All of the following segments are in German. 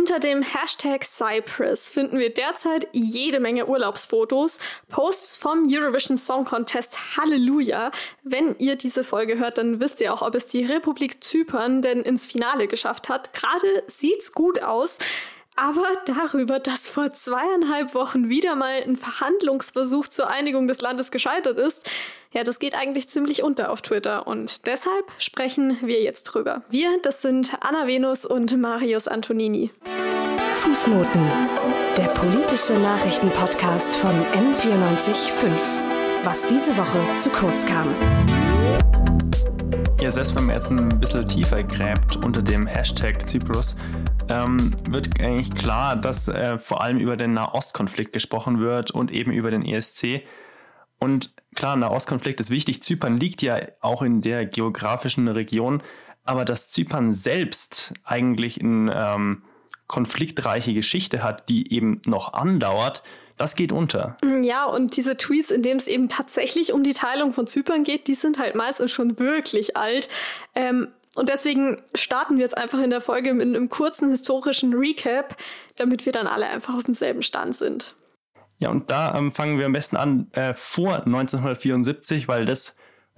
Unter dem Hashtag Cyprus finden wir derzeit jede Menge Urlaubsfotos, Posts vom Eurovision Song Contest Halleluja. Wenn ihr diese Folge hört, dann wisst ihr auch, ob es die Republik Zypern denn ins Finale geschafft hat. Gerade sieht's gut aus. Aber darüber, dass vor 2,5 Wochen wieder mal ein Verhandlungsversuch zur Einigung des Landes gescheitert ist, ja, das geht eigentlich ziemlich unter auf Twitter. Und deshalb sprechen wir jetzt drüber. Wir, das sind Anna Venus und Marius Antonini. Fußnoten, der politische Nachrichtenpodcast von M94.5. Was diese Woche zu kurz kam. Ja, selbst wenn man jetzt ein bisschen tiefer gräbt unter dem Hashtag Zyprus, wird eigentlich klar, dass vor allem über den Nahostkonflikt gesprochen wird und eben über den ESC. Und klar, Nahostkonflikt ist wichtig. Zypern liegt ja auch in der geografischen Region, aber dass Zypern selbst eigentlich eine konfliktreiche Geschichte hat, die eben noch andauert, das geht unter. Ja, und diese Tweets, in denen es eben tatsächlich um die Teilung von Zypern geht, die sind halt meistens schon wirklich alt. Und deswegen starten wir jetzt einfach in der Folge mit einem kurzen historischen Recap, damit wir dann alle einfach auf demselben Stand sind. Ja, und da fangen wir am besten an vor 1974, weil das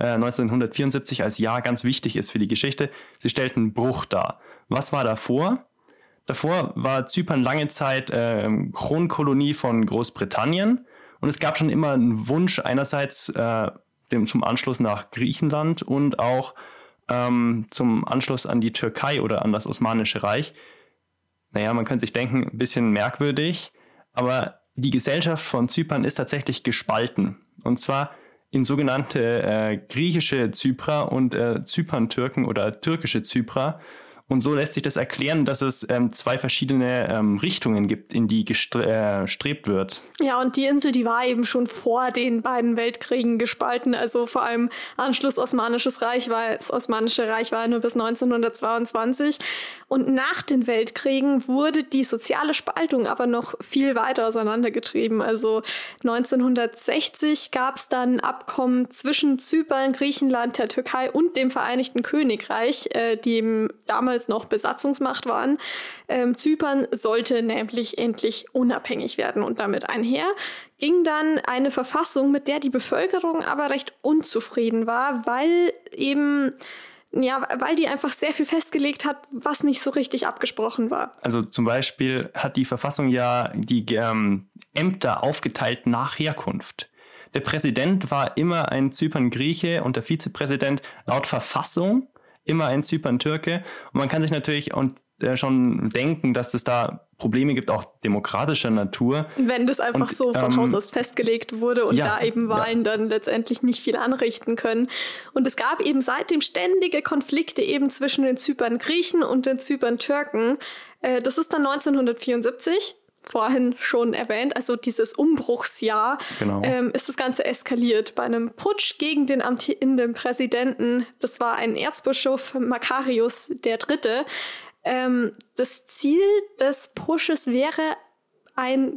1974 als Jahr ganz wichtig ist für die Geschichte. Sie stellt einen Bruch dar. Was war davor? Davor war Zypern lange Zeit Kronkolonie von Großbritannien und es gab schon immer einen Wunsch einerseits zum Anschluss nach Griechenland und auch zum Anschluss an die Türkei oder an das Osmanische Reich. Naja, man könnte sich denken, ein bisschen merkwürdig, aber die Gesellschaft von Zypern ist tatsächlich gespalten. Und zwar in sogenannte griechische Zyprer und Zyperntürken oder türkische Zyprer. Und so lässt sich das erklären, dass es zwei verschiedene Richtungen gibt, in die gestrebt wird. Ja, und die Insel, die war eben schon vor den beiden Weltkriegen gespalten. Also vor allem Anschluss Osmanisches Reich, weil das Osmanische Reich war nur bis 1922. Und nach den Weltkriegen wurde die soziale Spaltung aber noch viel weiter auseinandergetrieben. Also 1960 gab es dann Abkommen zwischen Zypern, Griechenland, der Türkei und dem Vereinigten Königreich, die eben damals noch Besatzungsmacht waren. Zypern sollte nämlich endlich unabhängig werden und damit einher ging dann eine Verfassung, mit der die Bevölkerung aber recht unzufrieden war, weil die einfach sehr viel festgelegt hat, was nicht so richtig abgesprochen war. Also zum Beispiel hat die Verfassung ja die Ämter aufgeteilt nach Herkunft. Der Präsident war immer ein Zypern-Grieche und der Vizepräsident laut Verfassung immer ein Zypern-Türke. Und man kann sich natürlich schon denken, dass es da Probleme gibt, auch demokratischer Natur. Wenn das einfach so von Haus aus festgelegt wurde und da eben Wahlen dann letztendlich nicht viel anrichten können. Und es gab eben seitdem ständige Konflikte eben zwischen den Zypern-Griechen und den Zypern-Türken. Das ist dann 1974. Vorhin schon erwähnt, also dieses Umbruchsjahr, ist das Ganze eskaliert. Bei einem Putsch gegen den amtierenden Präsidenten, das war ein Erzbischof Makarios III., das Ziel des Putsches wäre ein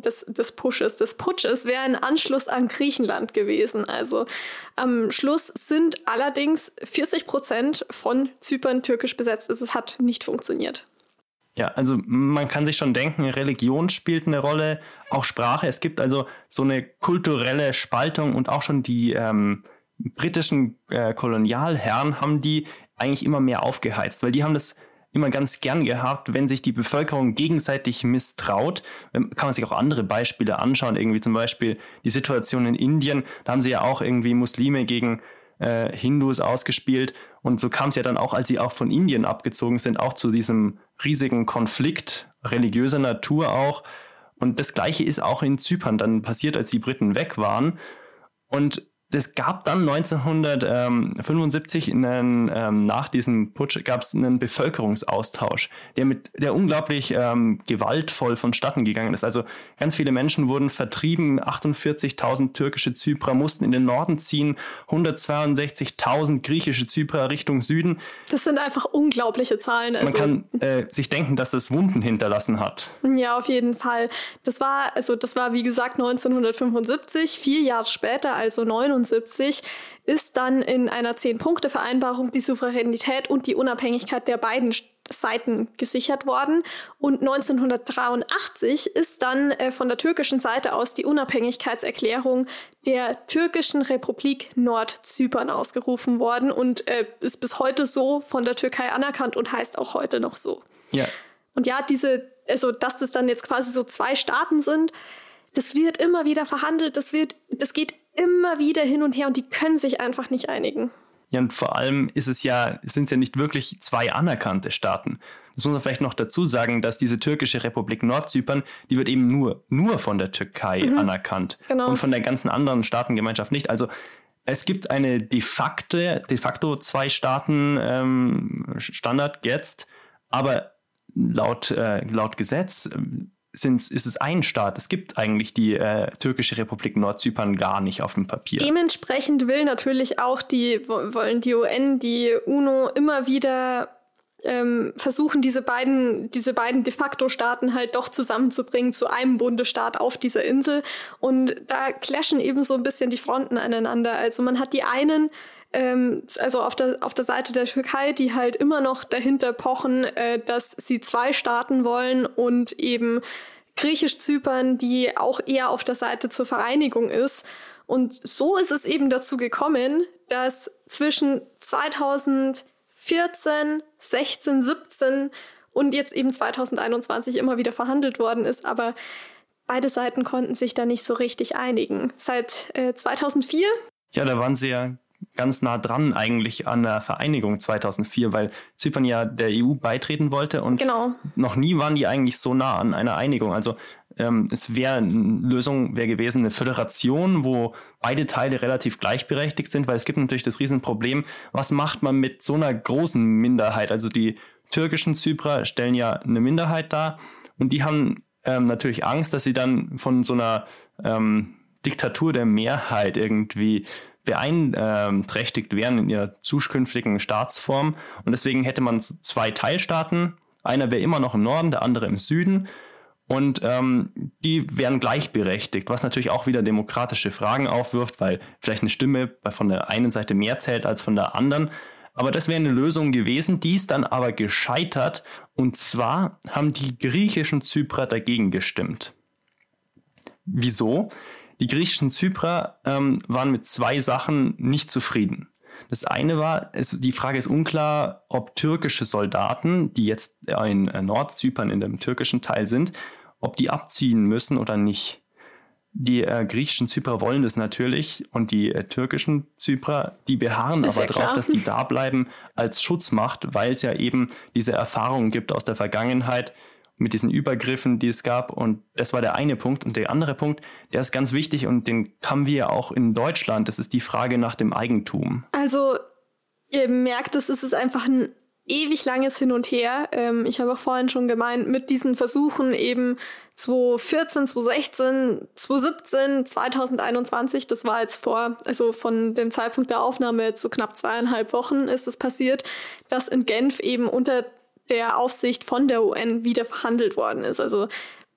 Anschluss an Griechenland gewesen. Also am Schluss sind allerdings 40% von Zypern türkisch besetzt. Also es hat nicht funktioniert. Ja, also man kann sich schon denken, Religion spielt eine Rolle, auch Sprache. Es gibt also so eine kulturelle Spaltung und auch schon die britischen Kolonialherren haben die eigentlich immer mehr aufgeheizt, weil die haben das immer ganz gern gehabt, wenn sich die Bevölkerung gegenseitig misstraut. Kann man sich auch andere Beispiele anschauen, irgendwie zum Beispiel die Situation in Indien, da haben sie ja auch irgendwie Muslime gegen Hindus ausgespielt und so kam es ja dann auch, als sie auch von Indien abgezogen sind, auch zu diesem riesigen Konflikt religiöser Natur auch und das Gleiche ist auch in Zypern dann passiert, als die Briten weg waren und es gab dann 1975 nach diesem Putsch gab es einen Bevölkerungsaustausch, der unglaublich gewaltvoll vonstatten gegangen ist. Also ganz viele Menschen wurden vertrieben, 48.000 türkische Zyprer mussten in den Norden ziehen, 162.000 griechische Zyprer Richtung Süden. Das sind einfach unglaubliche Zahlen. Also, man kann sich denken, dass das Wunden hinterlassen hat. Ja, auf jeden Fall. Das war wie gesagt 1975, 4 Jahre später, also 79, ist dann in einer 10-Punkte-Vereinbarung die Souveränität und die Unabhängigkeit der beiden Seiten gesichert worden. Und 1983 ist dann von der türkischen Seite aus die Unabhängigkeitserklärung der türkischen Republik Nordzypern ausgerufen worden und ist bis heute so von der Türkei anerkannt und heißt auch heute noch so. Ja. Und ja, dass das dann jetzt quasi so 2 Staaten sind, das wird immer wieder verhandelt, das geht immer wieder hin und her und die können sich einfach nicht einigen. Ja, und vor allem sind es ja nicht wirklich 2 anerkannte Staaten. Das muss man vielleicht noch dazu sagen, dass diese türkische Republik Nordzypern, die wird eben nur von der Türkei anerkannt. Genau. Und von der ganzen anderen Staatengemeinschaft nicht. Also es gibt eine de facto 2 Staaten Standard jetzt, aber laut Gesetz ist es ein Staat. Es gibt eigentlich die türkische Republik Nordzypern gar nicht auf dem Papier. Dementsprechend will natürlich auch wollen die UN, die UNO immer wieder versuchen, diese beiden de facto Staaten halt doch zusammenzubringen zu einem Bundesstaat auf dieser Insel. Und da clashen eben so ein bisschen die Fronten aneinander. Also man hat die einen, also auf der Seite der Türkei, die halt immer noch dahinter pochen, dass sie 2 Staaten wollen und eben Griechisch-Zypern, die auch eher auf der Seite zur Vereinigung ist. Und so ist es eben dazu gekommen, dass zwischen 2014, 16, 17 und jetzt eben 2021 immer wieder verhandelt worden ist. Aber beide Seiten konnten sich da nicht so richtig einigen. Seit 2004. Ja, da waren sie ja ganz nah dran eigentlich an der Vereinigung 2004, weil Zypern ja der EU beitreten wollte und noch nie waren die eigentlich so nah an einer Einigung. Also eine Lösung wäre gewesen, eine Föderation, wo beide Teile relativ gleichberechtigt sind, weil es gibt natürlich das Riesenproblem, was macht man mit so einer großen Minderheit? Also die türkischen Zyprer stellen ja eine Minderheit dar und die haben natürlich Angst, dass sie dann von so einer Diktatur der Mehrheit irgendwie beeinträchtigt wären in ihrer zukünftigen Staatsform. Und deswegen hätte man 2 Teilstaaten. Einer wäre immer noch im Norden, der andere im Süden. Und die wären gleichberechtigt, was natürlich auch wieder demokratische Fragen aufwirft, weil vielleicht eine Stimme von der einen Seite mehr zählt als von der anderen. Aber das wäre eine Lösung gewesen, die ist dann aber gescheitert. Und zwar haben die griechischen Zyprer dagegen gestimmt. Wieso? Die griechischen Zyprer waren mit 2 Sachen nicht zufrieden. Das eine war, die Frage ist unklar, ob türkische Soldaten, die jetzt in Nordzypern in dem türkischen Teil sind, ob die abziehen müssen oder nicht. Die griechischen Zyprer wollen das natürlich und die türkischen Zyprer, die beharren aber drauf, dass die da bleiben als Schutzmacht, weil es ja eben diese Erfahrungen gibt aus der Vergangenheit, mit diesen Übergriffen, die es gab. Und das war der eine Punkt. Und der andere Punkt, der ist ganz wichtig und den haben wir ja auch in Deutschland. Das ist die Frage nach dem Eigentum. Also ihr merkt, es ist einfach ein ewig langes Hin und Her. Ich habe auch vorhin schon gemeint, mit diesen Versuchen eben 2014, 2016, 2017, 2021, das war jetzt also von dem Zeitpunkt der Aufnahme zu knapp 2,5 Wochen ist es passiert, dass in Genf eben unter der Aufsicht von der UN wieder verhandelt worden ist. Also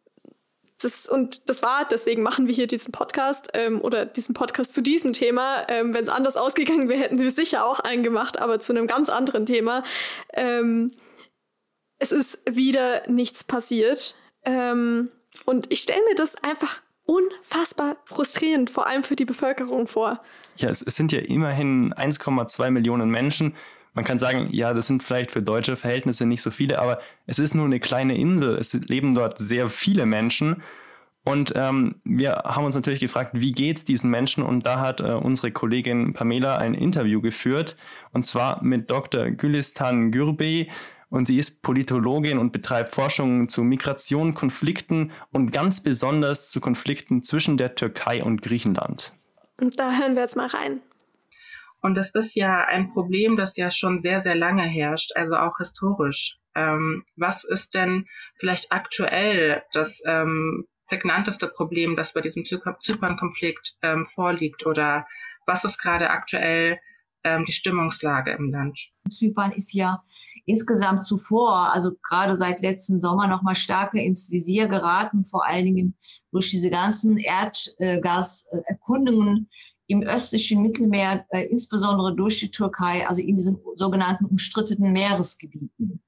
deswegen machen wir hier diesen Podcast oder diesen Podcast zu diesem Thema. Wenn es anders ausgegangen wäre, hätten wir sicher auch einen gemacht, aber zu einem ganz anderen Thema. Es ist wieder nichts passiert. Und ich stelle mir das einfach unfassbar frustrierend, vor allem für die Bevölkerung vor. Ja, es sind ja immerhin 1,2 Millionen Menschen. Man kann sagen, ja, das sind vielleicht für deutsche Verhältnisse nicht so viele, aber es ist nur eine kleine Insel. Es leben dort sehr viele Menschen. Und wir haben uns natürlich gefragt, wie geht's diesen Menschen? Und da hat unsere Kollegin Pamela ein Interview geführt, und zwar mit Dr. Gülistan Gürbey. Und sie ist Politologin und betreibt Forschung zu Migration, Konflikten und ganz besonders zu Konflikten zwischen der Türkei und Griechenland. Und da hören wir jetzt mal rein. Und das ist ja ein Problem, das ja schon sehr, sehr lange herrscht, also auch historisch. Was ist denn vielleicht aktuell das prägnanteste Problem, das bei diesem Zypern-Konflikt vorliegt? Oder was ist gerade aktuell die Stimmungslage im Land? Zypern ist ja insgesamt zuvor, also gerade seit letzten Sommer, nochmal stärker ins Visier geraten, vor allen Dingen durch diese ganzen Erdgaserkundungen im östlichen Mittelmeer, insbesondere durch die Türkei, also in diesen sogenannten umstrittenen Meeresgebieten.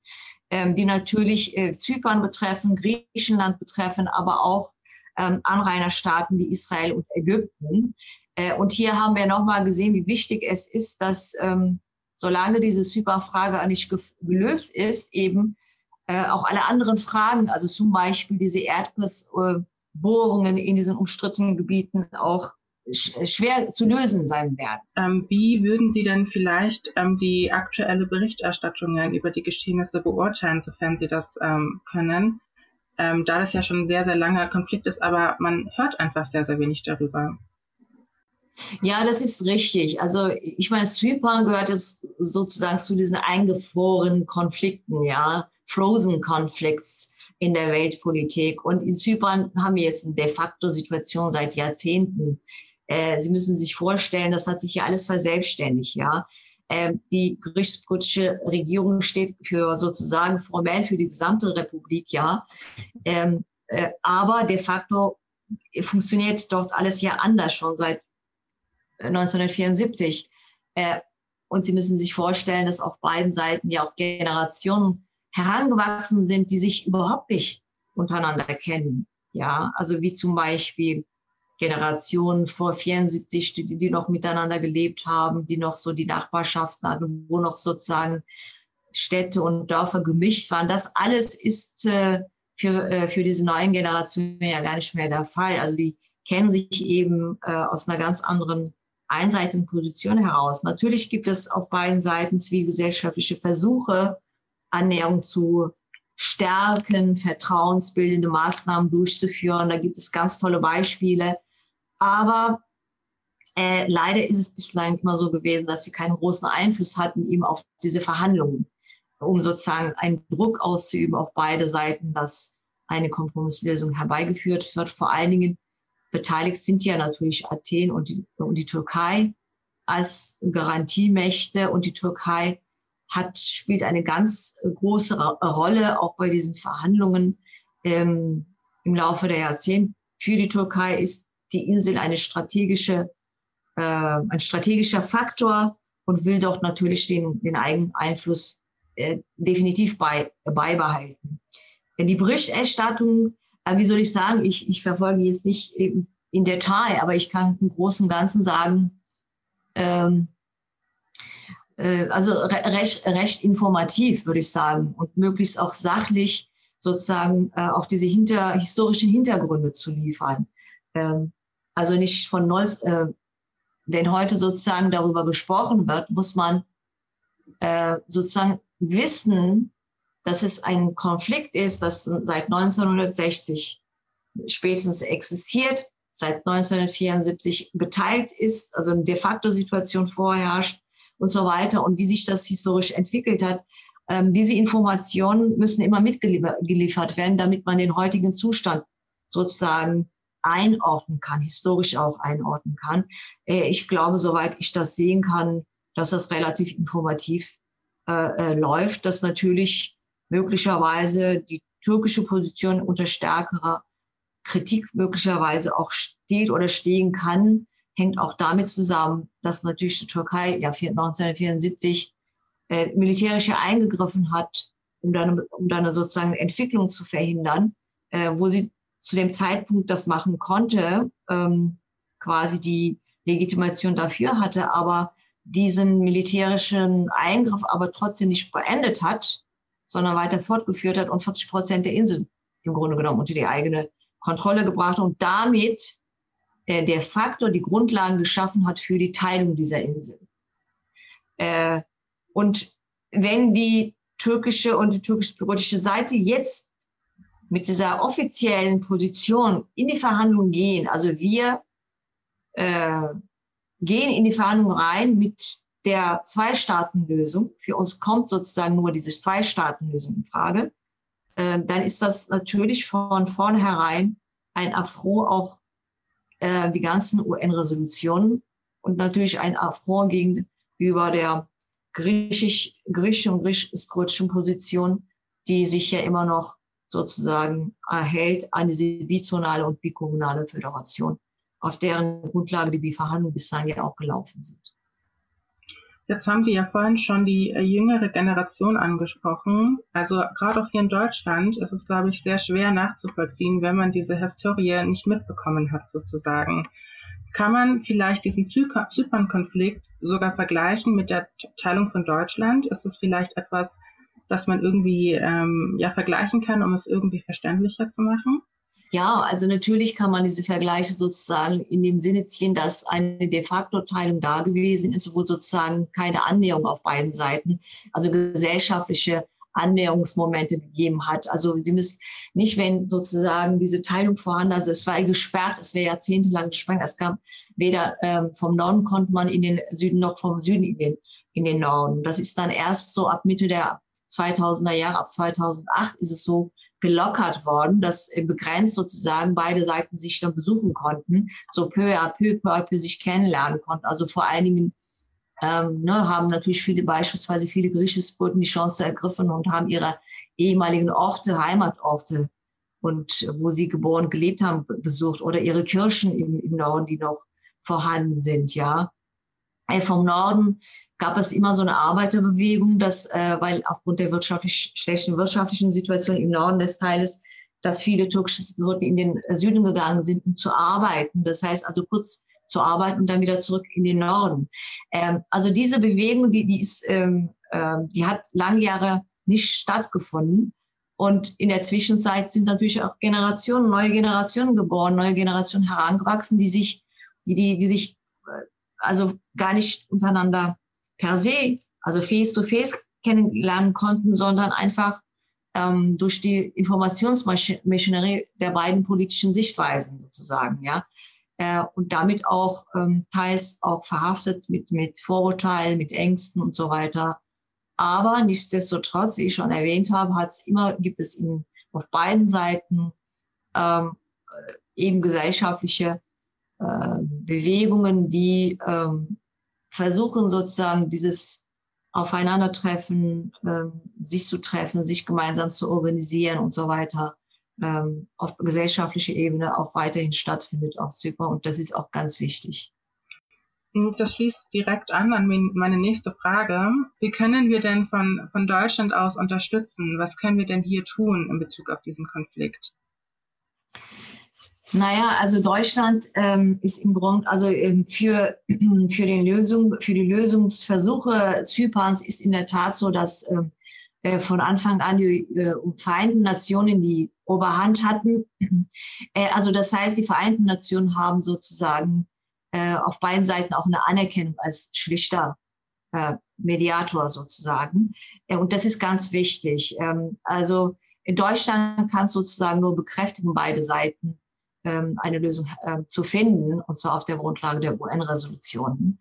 die natürlich Zypern betreffen, Griechenland betreffen, aber auch Anrainerstaaten wie Israel und Ägypten. Und hier haben wir nochmal gesehen, wie wichtig es ist, dass solange diese Zypern-Frage nicht gelöst ist, eben auch alle anderen Fragen, also zum Beispiel diese Erdgasbohrungen in diesen umstrittenen Gebieten auch schwer zu lösen sein werden. Wie würden Sie denn vielleicht die aktuelle Berichterstattung über die Geschehnisse beurteilen, sofern Sie das können? Da das ja schon ein sehr, sehr langer Konflikt ist, aber man hört einfach sehr, sehr wenig darüber. Ja, das ist richtig. Also ich meine, Zypern gehört jetzt sozusagen zu diesen eingefrorenen Konflikten, ja, Frozen Conflicts in der Weltpolitik. Und in Zypern haben wir jetzt eine de facto Situation seit Jahrzehnten. Sie müssen sich vorstellen, das hat sich ja alles verselbstständigt, ja. Die griechisch-britische Regierung steht für sozusagen formell für die gesamte Republik, ja. Aber de facto funktioniert dort alles ja anders schon seit 1974. Und Sie müssen sich vorstellen, dass auf beiden Seiten ja auch Generationen herangewachsen sind, die sich überhaupt nicht untereinander kennen. Ja, also wie zum Beispiel Generationen vor 74, die noch miteinander gelebt haben, die noch so die Nachbarschaften hatten, wo noch sozusagen Städte und Dörfer gemischt waren. Das alles ist für diese neuen Generationen ja gar nicht mehr der Fall. Also die kennen sich eben aus einer ganz anderen einseitigen Position heraus. Natürlich gibt es auf beiden Seiten zivilgesellschaftliche Versuche, Annäherung zu stärken, vertrauensbildende Maßnahmen durchzuführen. Da gibt es ganz tolle Beispiele. Aber leider ist es bislang immer so gewesen, dass sie keinen großen Einfluss hatten eben auf diese Verhandlungen, um sozusagen einen Druck auszuüben auf beide Seiten, dass eine Kompromisslösung herbeigeführt wird. Vor allen Dingen beteiligt sind ja natürlich Athen und die Türkei als Garantiemächte. Und die Türkei spielt eine ganz große Rolle auch bei diesen Verhandlungen im Laufe der Jahrzehnte. Für die Türkei ist die Insel ein strategischer Faktor und will dort natürlich den eigenen Einfluss definitiv beibehalten. Die Berichterstattung, wie soll ich sagen, ich verfolge jetzt nicht in Detail, aber ich kann im Großen und Ganzen sagen, also recht informativ, würde ich sagen, und möglichst auch sachlich sozusagen auch diese historischen Hintergründe zu liefern. Also nicht von neu, wenn heute sozusagen darüber gesprochen wird, muss man sozusagen wissen, dass es ein Konflikt ist, das seit 1960 spätestens existiert, seit 1974 geteilt ist, also eine de facto Situation vorherrscht und so weiter und wie sich das historisch entwickelt hat. Diese Informationen müssen immer mitgeliefert werden, damit man den heutigen Zustand sozusagen einordnen kann, historisch auch einordnen kann. Ich glaube, soweit ich das sehen kann, dass das relativ informativ läuft, dass natürlich möglicherweise die türkische Position unter stärkerer Kritik möglicherweise auch steht oder stehen kann, hängt auch damit zusammen, dass natürlich die Türkei ja 1974 militärisch eingegriffen hat, um dann sozusagen Entwicklung zu verhindern, wo sie zu dem Zeitpunkt das machen konnte, quasi die Legitimation dafür hatte, aber diesen militärischen Eingriff aber trotzdem nicht beendet hat, sondern weiter fortgeführt hat und 40% der Insel im Grunde genommen unter die eigene Kontrolle gebracht und damit de facto die Grundlagen geschaffen hat für die Teilung dieser Insel. Und wenn die türkische und die türkisch-britische Seite jetzt mit dieser offiziellen Position in die Verhandlungen gehen, also wir gehen in die Verhandlungen rein mit der Zwei-Staaten-Lösung, für uns kommt sozusagen nur diese Zwei-Staaten-Lösung in Frage, dann ist das natürlich von vornherein ein Affront auch die ganzen UN-Resolutionen und natürlich ein Affront gegenüber der griechischen und griechisch-kurdischen Position, die sich ja immer noch sozusagen erhält an diese bizonale und bikommunale Föderation, auf deren Grundlage die Verhandlungen bislang ja auch gelaufen sind. Jetzt haben Sie ja vorhin schon die jüngere Generation angesprochen. Also gerade auch hier in Deutschland ist es, glaube ich, sehr schwer nachzuvollziehen, wenn man diese Historie nicht mitbekommen hat, sozusagen. Kann man vielleicht diesen Zypern-Konflikt sogar vergleichen mit der Teilung von Deutschland? Ist es vielleicht etwas, das man irgendwie vergleichen kann, um es irgendwie verständlicher zu machen? Ja, also natürlich kann man diese Vergleiche sozusagen in dem Sinne ziehen, dass eine de facto Teilung da gewesen ist, wo sozusagen keine Annäherung auf beiden Seiten, also gesellschaftliche Annäherungsmomente gegeben hat. Also Sie müssen nicht, wenn sozusagen diese Teilung vorhanden, also es war gesperrt, es wäre jahrzehntelang gesperrt, es gab weder vom Norden konnte man in den Süden noch vom Süden in den Norden. Das ist dann erst so ab Mitte der 2000er Jahre, ab 2008 ist es so gelockert worden, dass begrenzt sozusagen beide Seiten sich dann besuchen konnten, so peu à peu sich kennenlernen konnten. Also vor allen Dingen haben natürlich beispielsweise viele Gerichtsbehörden die Chance ergriffen und haben ihre ehemaligen Orte, Heimatorte und wo sie geboren, gelebt haben, besucht oder ihre Kirchen im Norden, die noch vorhanden sind, ja. Vom Norden gab es immer so eine Arbeiterbewegung, weil aufgrund der schlechten wirtschaftlichen Situation im Norden des Teiles, dass viele türkische Kurden in den Süden gegangen sind, um zu arbeiten. Das heißt also kurz zu arbeiten und dann wieder zurück in den Norden. Also diese Bewegung, die hat lange Jahre nicht stattgefunden. Und in der Zwischenzeit sind natürlich auch neue Generationen geboren, neue Generationen herangewachsen, die sich also gar nicht untereinander per se, also face-to-face kennenlernen konnten, sondern einfach durch die Informationsmaschinerie der beiden politischen Sichtweisen sozusagen, ja. Und damit auch teils auch verhaftet mit Vorurteilen, mit Ängsten und so weiter. Aber nichtsdestotrotz, wie ich schon erwähnt habe, gibt es auf beiden Seiten eben gesellschaftliche Bewegungen, die versuchen sozusagen dieses Aufeinandertreffen, sich zu treffen, sich gemeinsam zu organisieren und so weiter, auf gesellschaftlicher Ebene auch weiterhin stattfindet auf Zypern. Und das ist auch ganz wichtig. Das schließt direkt an meine nächste Frage. Wie können wir denn von Deutschland aus unterstützen? Was können wir denn hier tun in Bezug auf diesen Konflikt? Naja, also Deutschland ist im Grunde, also für die Lösungsversuche Zyperns ist in der Tat so, dass von Anfang an die Vereinten Nationen die Oberhand hatten. Also das heißt, die Vereinten Nationen haben sozusagen auf beiden Seiten auch eine Anerkennung als schlichter Mediator sozusagen. Und das ist ganz wichtig. Also in Deutschland kann es sozusagen nur bekräftigen, beide Seiten eine Lösung zu finden, und zwar auf der Grundlage der UN-Resolutionen.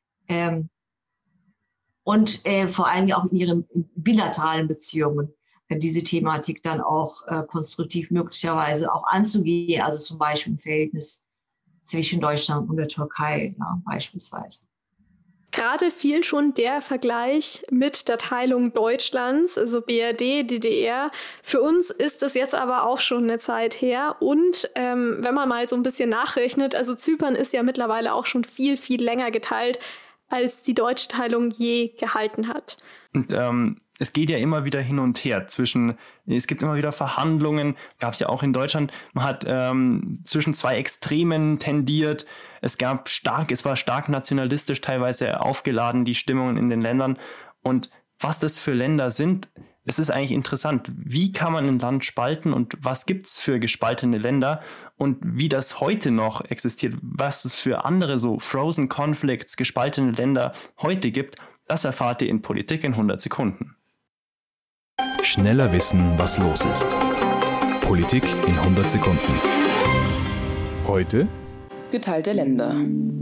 Und vor allem auch in ihren bilateralen Beziehungen diese Thematik dann auch konstruktiv möglicherweise auch anzugehen, also zum Beispiel im Verhältnis zwischen Deutschland und der Türkei, ja, beispielsweise. Gerade fiel schon der Vergleich mit der Teilung Deutschlands, also BRD, DDR. Für uns ist das jetzt aber auch schon eine Zeit her. Und wenn man mal so ein bisschen nachrechnet, also Zypern ist ja mittlerweile auch schon viel, viel länger geteilt, als die deutsche Teilung je gehalten hat. Und es geht ja immer wieder hin und her es gibt immer wieder Verhandlungen, gab es ja auch in Deutschland. Man hat zwischen zwei Extremen tendiert. Es war stark nationalistisch teilweise aufgeladen, die Stimmungen in den Ländern. Und was das für Länder sind, es ist eigentlich interessant. Wie kann man ein Land spalten und was gibt es für gespaltene Länder und wie das heute noch existiert, was es für andere so Frozen Conflicts, gespaltene Länder heute gibt, das erfahrt ihr in Politik in 100 Sekunden. Schneller wissen, was los ist. Politik in 100 Sekunden. Heute geteilte Länder.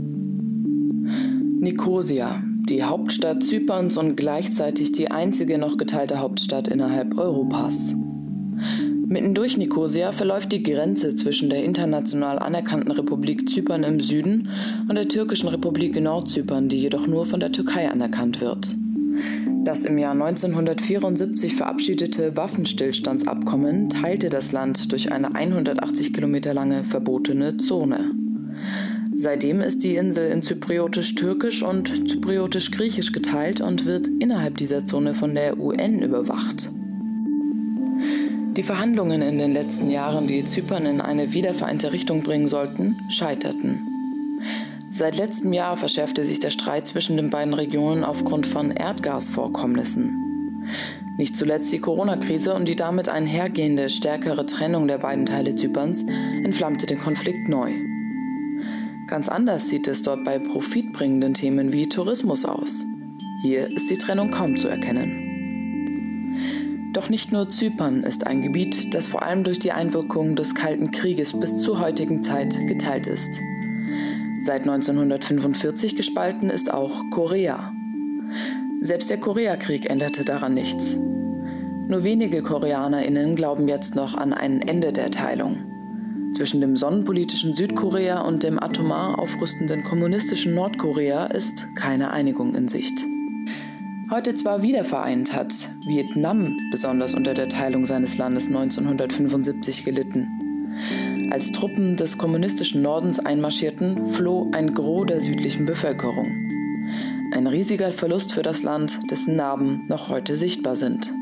Nikosia, die Hauptstadt Zyperns und gleichzeitig die einzige noch geteilte Hauptstadt innerhalb Europas. Mitten durch Nikosia verläuft die Grenze zwischen der international anerkannten Republik Zypern im Süden und der türkischen Republik Nordzypern, die jedoch nur von der Türkei anerkannt wird. Das im Jahr 1974 verabschiedete Waffenstillstandsabkommen teilte das Land durch eine 180 Kilometer lange verbotene Zone. Seitdem ist die Insel in zypriotisch-türkisch und zypriotisch-griechisch geteilt und wird innerhalb dieser Zone von der UN überwacht. Die Verhandlungen in den letzten Jahren, die Zypern in eine wiedervereinte Richtung bringen sollten, scheiterten. Seit letztem Jahr verschärfte sich der Streit zwischen den beiden Regionen aufgrund von Erdgasvorkommnissen. Nicht zuletzt die Corona-Krise und die damit einhergehende stärkere Trennung der beiden Teile Zyperns entflammte den Konflikt neu. Ganz anders sieht es dort bei profitbringenden Themen wie Tourismus aus. Hier ist die Trennung kaum zu erkennen. Doch nicht nur Zypern ist ein Gebiet, das vor allem durch die Einwirkung des Kalten Krieges bis zur heutigen Zeit geteilt ist. Seit 1945 gespalten ist auch Korea. Selbst der Koreakrieg änderte daran nichts. Nur wenige KoreanerInnen glauben jetzt noch an ein Ende der Teilung. Zwischen dem sonnenpolitischen Südkorea und dem atomar aufrüstenden kommunistischen Nordkorea ist keine Einigung in Sicht. Heute zwar wiedervereint, hat Vietnam besonders unter der Teilung seines Landes 1975 gelitten. Als Truppen des kommunistischen Nordens einmarschierten, floh ein Gros der südlichen Bevölkerung. Ein riesiger Verlust für das Land, dessen Narben noch heute sichtbar sind.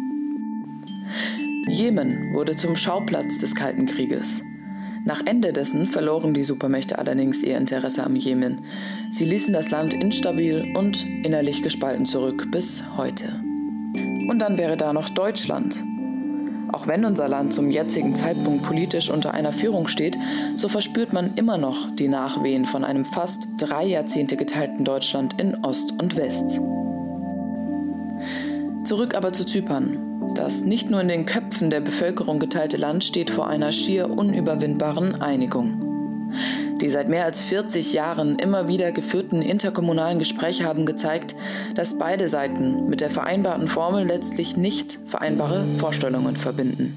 Jemen wurde zum Schauplatz des Kalten Krieges. Nach Ende dessen verloren die Supermächte allerdings ihr Interesse am Jemen. Sie ließen das Land instabil und innerlich gespalten zurück bis heute. Und dann wäre da noch Deutschland. Auch wenn unser Land zum jetzigen Zeitpunkt politisch unter einer Führung steht, so verspürt man immer noch die Nachwehen von einem fast 3 Jahrzehnte geteilten Deutschland in Ost und West. Zurück aber zu Zypern. Das nicht nur in den Köpfen der Bevölkerung geteilte Land steht vor einer schier unüberwindbaren Einigung. Die seit mehr als 40 Jahren immer wieder geführten interkommunalen Gespräche haben gezeigt, dass beide Seiten mit der vereinbarten Formel letztlich nicht vereinbare Vorstellungen verbinden.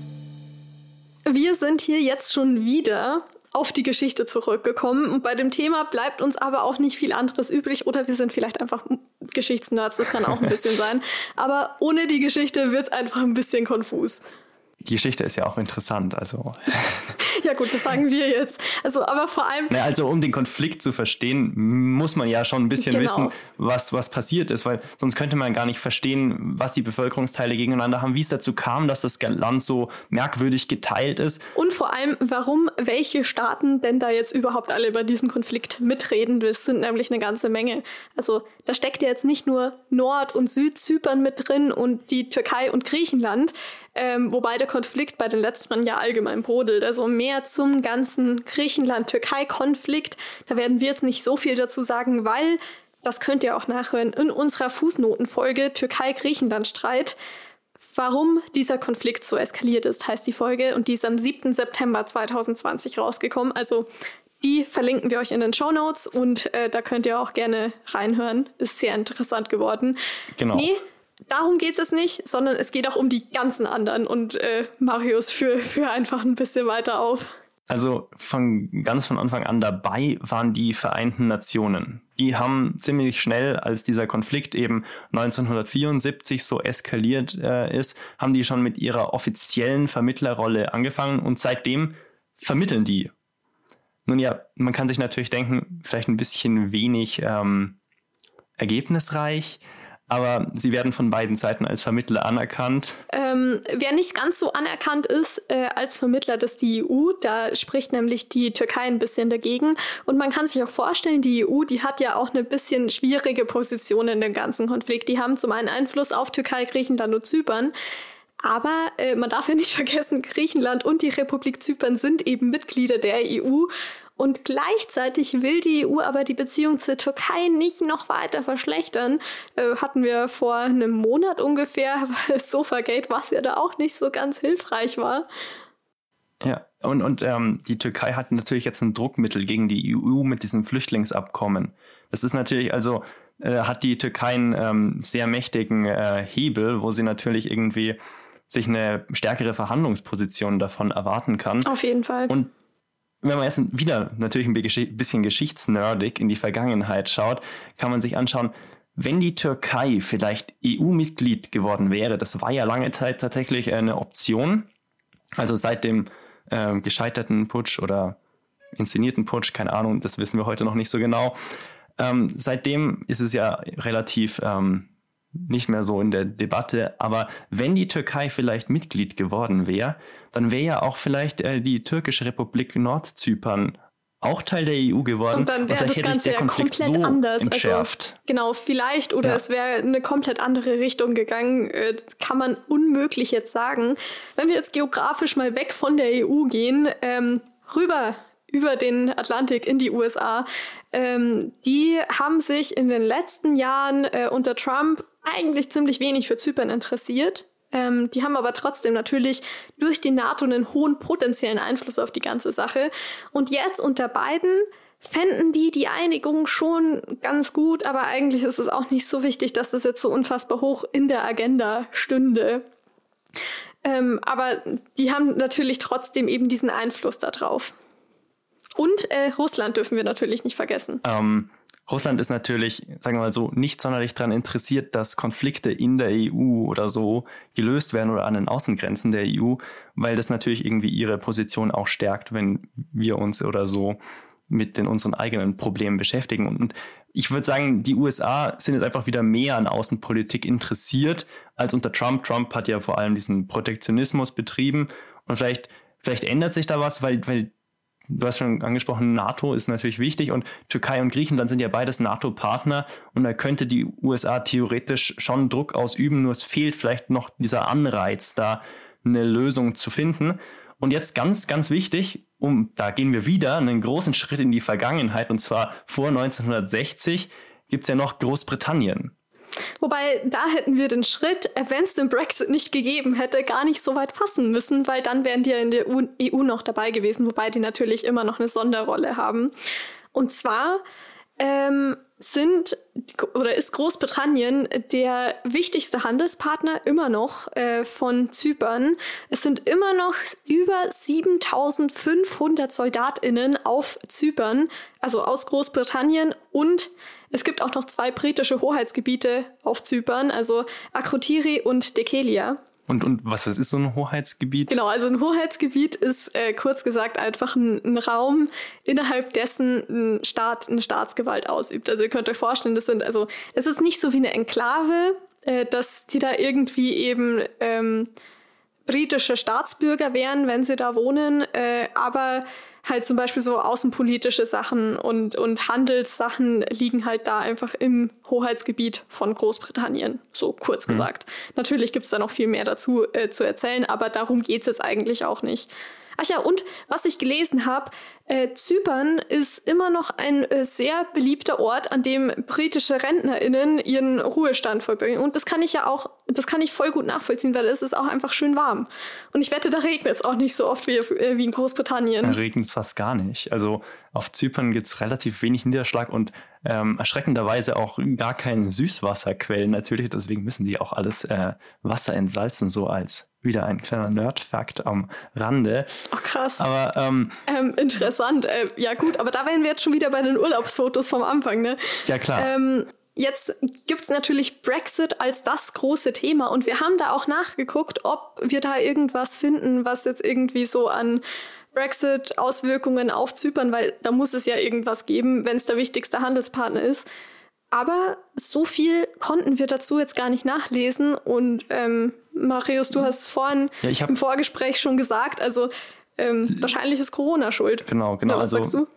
Wir sind hier jetzt schon wieder auf die Geschichte zurückgekommen und bei dem Thema bleibt uns aber auch nicht viel anderes übrig oder wir sind vielleicht einfach Geschichtsnerds, das kann auch ein bisschen sein, aber ohne die Geschichte wird es einfach ein bisschen konfus. Die Geschichte ist ja auch interessant, also. Ja gut, das sagen wir jetzt. Also, aber vor allem. Na, also um den Konflikt zu verstehen, muss man ja schon ein bisschen wissen, was passiert ist, weil sonst könnte man gar nicht verstehen, was die Bevölkerungsteile gegeneinander haben, wie es dazu kam, dass das Land so merkwürdig geteilt ist. Und vor allem, warum welche Staaten denn da jetzt überhaupt alle bei diesem Konflikt mitreden. Das sind nämlich eine ganze Menge. Also da steckt ja jetzt nicht nur Nord- und Südzypern mit drin und die Türkei und Griechenland, wobei der Konflikt bei den letzteren ja allgemein brodelt. Also mehr zum ganzen Griechenland-Türkei-Konflikt. Da werden wir jetzt nicht so viel dazu sagen, weil, das könnt ihr auch nachhören, in unserer Fußnotenfolge Türkei-Griechenland-Streit, warum dieser Konflikt so eskaliert ist, heißt die Folge. Und die ist am 7. September 2020 rausgekommen. Also die verlinken wir euch in den Shownotes und da könnt ihr auch gerne reinhören. Ist sehr interessant geworden. Genau. Nee, darum geht es jetzt nicht, sondern es geht auch um die ganzen anderen. Und Marius, führ einfach ein bisschen weiter auf. Also ganz von Anfang an dabei waren die Vereinten Nationen. Die haben ziemlich schnell, als dieser Konflikt eben 1974 so eskaliert ist, haben die schon mit ihrer offiziellen Vermittlerrolle angefangen und seitdem vermitteln die. Nun ja, man kann sich natürlich denken, vielleicht ein bisschen wenig ergebnisreich, aber sie werden von beiden Seiten als Vermittler anerkannt. Wer nicht ganz so anerkannt ist als Vermittler, das ist die EU. Da spricht nämlich die Türkei ein bisschen dagegen. Und man kann sich auch vorstellen, die EU, die hat ja auch eine bisschen schwierige Position in dem ganzen Konflikt. Die haben zum einen Einfluss auf Türkei, Griechenland und Zypern. Aber man darf ja nicht vergessen, Griechenland und die Republik Zypern sind eben Mitglieder der EU. Und gleichzeitig will die EU aber die Beziehung zur Türkei nicht noch weiter verschlechtern. Hatten wir vor einem Monat ungefähr, weil Sofagate, was ja da auch nicht so ganz hilfreich war. Ja, und die Türkei hat natürlich jetzt ein Druckmittel gegen die EU mit diesem Flüchtlingsabkommen. Das ist natürlich, also hat die Türkei einen sehr mächtigen Hebel, wo sie natürlich irgendwie sich eine stärkere Verhandlungsposition davon erwarten kann. Auf jeden Fall. Und wenn man jetzt wieder natürlich ein bisschen geschichtsnerdig in die Vergangenheit schaut, kann man sich anschauen, wenn die Türkei vielleicht EU-Mitglied geworden wäre, das war ja lange Zeit tatsächlich eine Option, also seit dem gescheiterten Putsch oder inszenierten Putsch, keine Ahnung, das wissen wir heute noch nicht so genau. Seitdem ist es ja relativ nicht mehr so in der Debatte, aber wenn die Türkei vielleicht Mitglied geworden wäre, dann wäre ja auch vielleicht die türkische Republik Nordzypern auch Teil der EU geworden. Und dann wäre das Ganze ja komplett anders. Entschärft. Also, genau, vielleicht. Oder es wäre eine komplett andere Richtung gegangen. Das kann man unmöglich jetzt sagen. Wenn wir jetzt geografisch mal weg von der EU gehen, rüber über den Atlantik in die USA, die haben sich in den letzten Jahren unter Trump eigentlich ziemlich wenig für Zypern interessiert. Die haben aber trotzdem natürlich durch die NATO einen hohen potenziellen Einfluss auf die ganze Sache. Und jetzt unter Biden fänden die Einigung schon ganz gut, aber eigentlich ist es auch nicht so wichtig, dass das jetzt so unfassbar hoch in der Agenda stünde. Aber die haben natürlich trotzdem eben diesen Einfluss da drauf. Und Russland dürfen wir natürlich nicht vergessen. Russland ist natürlich, sagen wir mal so, nicht sonderlich daran interessiert, dass Konflikte in der EU oder so gelöst werden oder an den Außengrenzen der EU, weil das natürlich irgendwie ihre Position auch stärkt, wenn wir uns oder so mit unseren eigenen Problemen beschäftigen. Und ich würde sagen, die USA sind jetzt einfach wieder mehr an Außenpolitik interessiert als unter Trump. Trump hat ja vor allem diesen Protektionismus betrieben und vielleicht ändert sich da was, weil du hast schon angesprochen, NATO ist natürlich wichtig und Türkei und Griechenland sind ja beides NATO-Partner und da könnte die USA theoretisch schon Druck ausüben, nur es fehlt vielleicht noch dieser Anreiz, da eine Lösung zu finden. Und jetzt ganz, ganz wichtig, da gehen wir wieder einen großen Schritt in die Vergangenheit und zwar vor 1960 gibt es ja noch Großbritannien. Wobei, da hätten wir den Schritt, wenn es den Brexit nicht gegeben hätte, gar nicht so weit fassen müssen, weil dann wären die ja in der EU noch dabei gewesen, wobei die natürlich immer noch eine Sonderrolle haben. Und zwar ist Großbritannien der wichtigste Handelspartner immer noch von Zypern. Es sind immer noch über 7.500 SoldatInnen auf Zypern, also aus Großbritannien, und es gibt auch noch 2 britische Hoheitsgebiete auf Zypern, also Akrotiri und Dekelia. Und was ist so ein Hoheitsgebiet? Genau, also ein Hoheitsgebiet ist kurz gesagt einfach ein Raum, innerhalb dessen ein Staat eine Staatsgewalt ausübt. Also ihr könnt euch vorstellen, es ist nicht so wie eine Enklave, dass die da irgendwie eben britische Staatsbürger wären, wenn sie da wohnen, aber halt zum Beispiel so außenpolitische Sachen und Handelssachen liegen halt da einfach im Hoheitsgebiet von Großbritannien, so kurz gesagt. Natürlich gibt es da noch viel mehr dazu zu erzählen, aber darum geht es jetzt eigentlich auch nicht. Ach ja, und was ich gelesen habe, Zypern ist immer noch ein sehr beliebter Ort, an dem britische RentnerInnen ihren Ruhestand vollbringen. Und das kann ich voll gut nachvollziehen, weil es ist auch einfach schön warm. Und ich wette, da regnet es auch nicht so oft wie in Großbritannien. Da regnet es fast gar nicht. Also auf Zypern gibt es relativ wenig Niederschlag und erschreckenderweise auch gar keine Süßwasserquellen natürlich. Deswegen müssen die auch alles Wasser entsalzen, so als wieder ein kleiner Nerd-Fakt am Rande. Ach, krass. Aber interessant. Ja gut, aber da wären wir jetzt schon wieder bei den Urlaubsfotos vom Anfang, ne? Ja, klar. Jetzt gibt's natürlich Brexit als das große Thema und wir haben da auch nachgeguckt, ob wir da irgendwas finden, was jetzt irgendwie so an Brexit-Auswirkungen auf Zypern, weil da muss es ja irgendwas geben, wenn es der wichtigste Handelspartner ist. Aber so viel konnten wir dazu jetzt gar nicht nachlesen. Und Marius, du hast es vorhin im Vorgespräch schon gesagt, also wahrscheinlich ist Corona schuld. Genau. Was sagst du?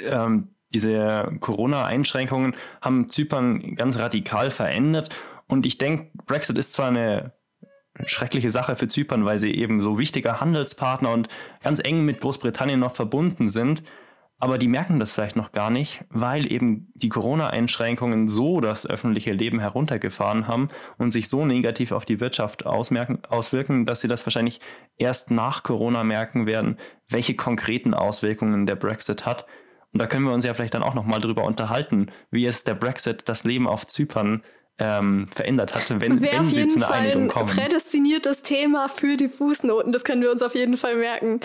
Diese Corona-Einschränkungen haben Zypern ganz radikal verändert. Und ich denke, Brexit ist zwar eine schreckliche Sache für Zypern, weil sie eben so wichtiger Handelspartner und ganz eng mit Großbritannien noch verbunden sind. Aber die merken das vielleicht noch gar nicht, weil eben die Corona-Einschränkungen so das öffentliche Leben heruntergefahren haben und sich so negativ auf die Wirtschaft auswirken, dass sie das wahrscheinlich erst nach Corona merken werden, welche konkreten Auswirkungen der Brexit hat. Und da können wir uns ja vielleicht dann auch nochmal drüber unterhalten, wie es der Brexit das Leben auf Zypern verändert hatte, wenn sie zu einer Einigung kommen. Ein prädestiniertes Thema für die Fußnoten, das können wir uns auf jeden Fall merken.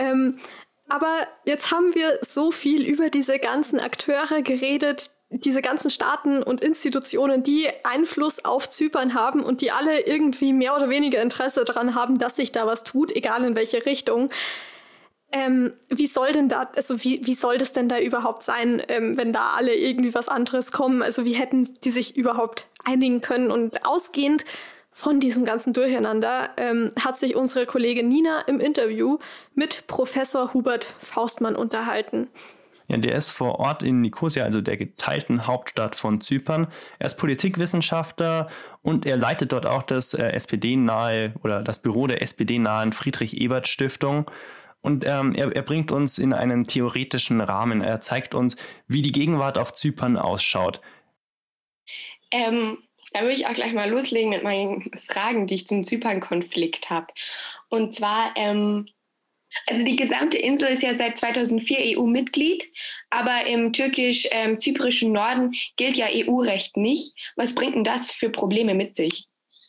Aber jetzt haben wir so viel über diese ganzen Akteure geredet, diese ganzen Staaten und Institutionen, die Einfluss auf Zypern haben und die alle irgendwie mehr oder weniger Interesse daran haben, dass sich da was tut, egal in welche Richtung. Wie soll denn da, also wie soll das denn da überhaupt sein, wenn da alle irgendwie was anderes kommen? Also wie hätten die sich überhaupt einigen können? Und ausgehend von diesem ganzen Durcheinander hat sich unsere Kollegin Nina im Interview mit Professor Hubert Faustmann unterhalten. Ja, der ist vor Ort in Nikosia, also der geteilten Hauptstadt von Zypern. Er ist Politikwissenschaftler und er leitet dort auch das SPD-nahe oder das Büro der SPD-nahen Friedrich-Ebert-Stiftung. Und er bringt uns in einen theoretischen Rahmen. Er zeigt uns, wie die Gegenwart auf Zypern ausschaut. Da würde ich auch gleich mal loslegen mit meinen Fragen, die ich zum Zypern-Konflikt habe. Und zwar, also die gesamte Insel ist ja seit 2004 EU-Mitglied, aber im türkisch-zyprischen Norden gilt ja EU-Recht nicht. Was bringt denn das für Probleme mit sich?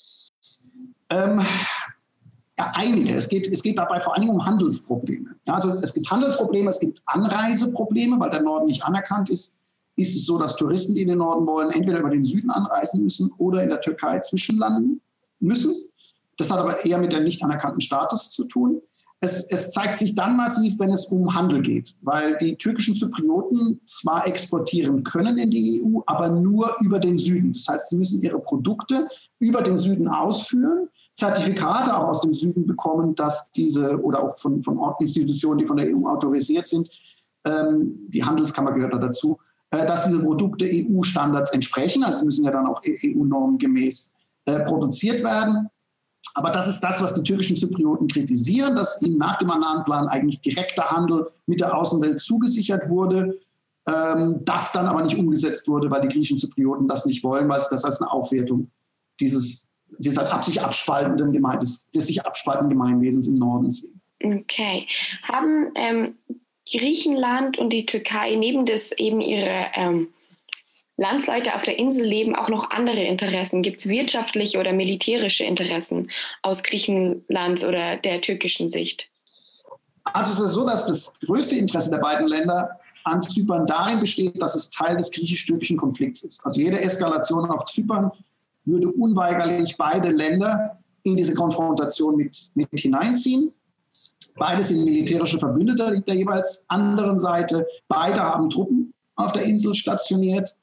Ja, einige. Es geht dabei vor allem um Handelsprobleme. Ja, also es gibt Handelsprobleme, es gibt Anreiseprobleme, weil der Norden nicht anerkannt ist. Ist es so, dass Touristen, die in den Norden wollen, entweder über den Süden anreisen müssen oder in der Türkei zwischenlanden müssen. Das hat aber eher mit dem nicht anerkannten Status zu tun. Es zeigt sich dann massiv, wenn es um Handel geht, weil die türkischen Zyprioten zwar exportieren können in die EU, aber nur über den Süden. Das heißt, sie müssen ihre Produkte über den Süden ausführen, Zertifikate auch aus dem Süden bekommen, dass diese, oder auch von Institutionen, die von der EU autorisiert sind, die Handelskammer gehört da dazu, dass diese Produkte EU-Standards entsprechen. Also müssen ja dann auch EU-Normen gemäß produziert werden. Aber das ist das, was die türkischen Zyprioten kritisieren, dass ihnen nach dem Annan-Plan eigentlich direkter Handel mit der Außenwelt zugesichert wurde, das dann aber nicht umgesetzt wurde, weil die griechischen Zyprioten das nicht wollen, weil sie das als eine Aufwertung des sich abspaltenden Gemeinwesens im Norden sehen. Okay. Haben Griechenland und die Türkei, neben des eben ihre Landsleute auf der Insel leben, auch noch andere Interessen? Gibt es wirtschaftliche oder militärische Interessen aus Griechenlands oder der türkischen Sicht? Also es ist so, dass das größte Interesse der beiden Länder an Zypern darin besteht, dass es Teil des griechisch-türkischen Konflikts ist. Also jede Eskalation auf Zypern würde unweigerlich beide Länder in diese Konfrontation mit hineinziehen. Beide sind militärische Verbündete der jeweils anderen Seite. Beide haben Truppen auf der Insel stationiert.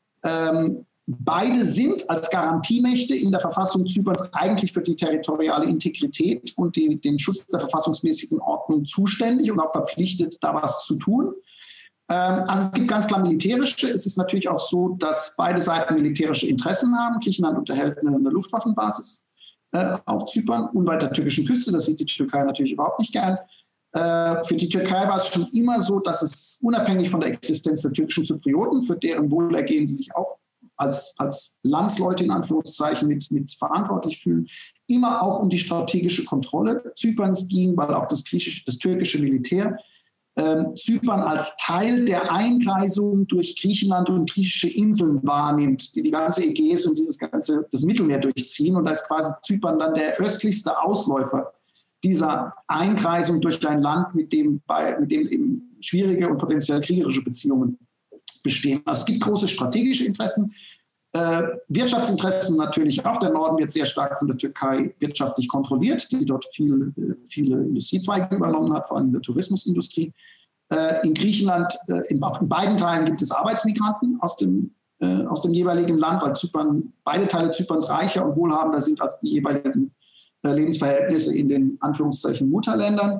Beide sind als Garantiemächte in der Verfassung Zyperns eigentlich für die territoriale Integrität und den Schutz der verfassungsmäßigen Ordnung zuständig und auch verpflichtet, da was zu tun. Also es gibt ganz klar militärische. Es ist natürlich auch so, dass beide Seiten militärische Interessen haben. Griechenland unterhält eine Luftwaffenbasis auf Zypern, unweit der türkischen Küste. Das sieht die Türkei natürlich überhaupt nicht gern. Für die Türkei war es schon immer so, dass es unabhängig von der Existenz der türkischen Zyprioten, für deren Wohlergehen sie sich auch als Landsleute in Anführungszeichen mit verantwortlich fühlen, immer auch um die strategische Kontrolle Zyperns ging, weil auch das türkische Militär Zypern als Teil der Einkreisung durch Griechenland und griechische Inseln wahrnimmt, die ganze Ägäis und das Mittelmeer durchziehen. Und da ist quasi Zypern dann der östlichste Ausläufer dieser Einkreisung durch ein Land, mit dem eben schwierige und potenziell kriegerische Beziehungen bestehen. Also es gibt große strategische Interessen, Wirtschaftsinteressen natürlich auch. Der Norden wird sehr stark von der Türkei wirtschaftlich kontrolliert, die dort viele Industriezweige übernommen hat, vor allem in der Tourismusindustrie. In Griechenland, in beiden Teilen gibt es Arbeitsmigranten aus dem jeweiligen Land, weil beide Teile Zyperns reicher und wohlhabender sind als die jeweiligen Lebensverhältnisse in den Anführungszeichen Mutterländern.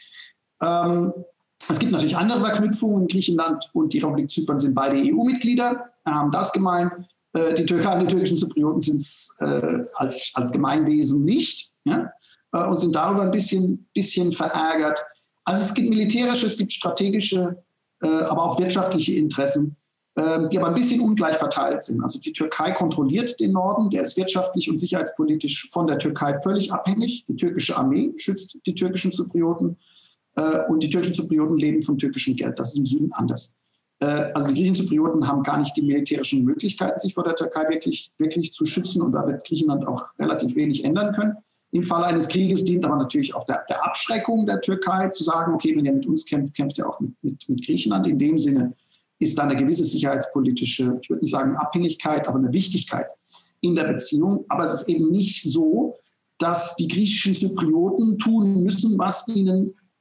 Es gibt natürlich andere Verknüpfungen. Griechenland und die Republik Zypern sind beide EU-Mitglieder, haben das gemein. Die Türkei und die türkischen Zyprioten sind es als Gemeinwesen nicht, ja, und sind darüber ein bisschen verärgert. Also es gibt militärische, es gibt strategische, aber auch wirtschaftliche Interessen, die aber ein bisschen ungleich verteilt sind. Also die Türkei kontrolliert den Norden, der ist wirtschaftlich und sicherheitspolitisch von der Türkei völlig abhängig. Die türkische Armee schützt die türkischen Zyprioten und die türkischen Zyprioten leben vom türkischen Geld. Das ist im Süden anders. Also die griechischen Zyprioten haben gar nicht die militärischen Möglichkeiten, sich vor der Türkei wirklich zu schützen, und da wird Griechenland auch relativ wenig ändern können. Im Falle eines Krieges dient aber natürlich auch der Abschreckung der Türkei, zu sagen, okay, wenn ihr mit uns kämpft, kämpft ihr auch mit Griechenland. In dem Sinne ist da eine gewisse sicherheitspolitische, ich würde nicht sagen Abhängigkeit, aber eine Wichtigkeit in der Beziehung. Aber es ist eben nicht so, dass die griechischen Zyprioten tun müssen, was ihnen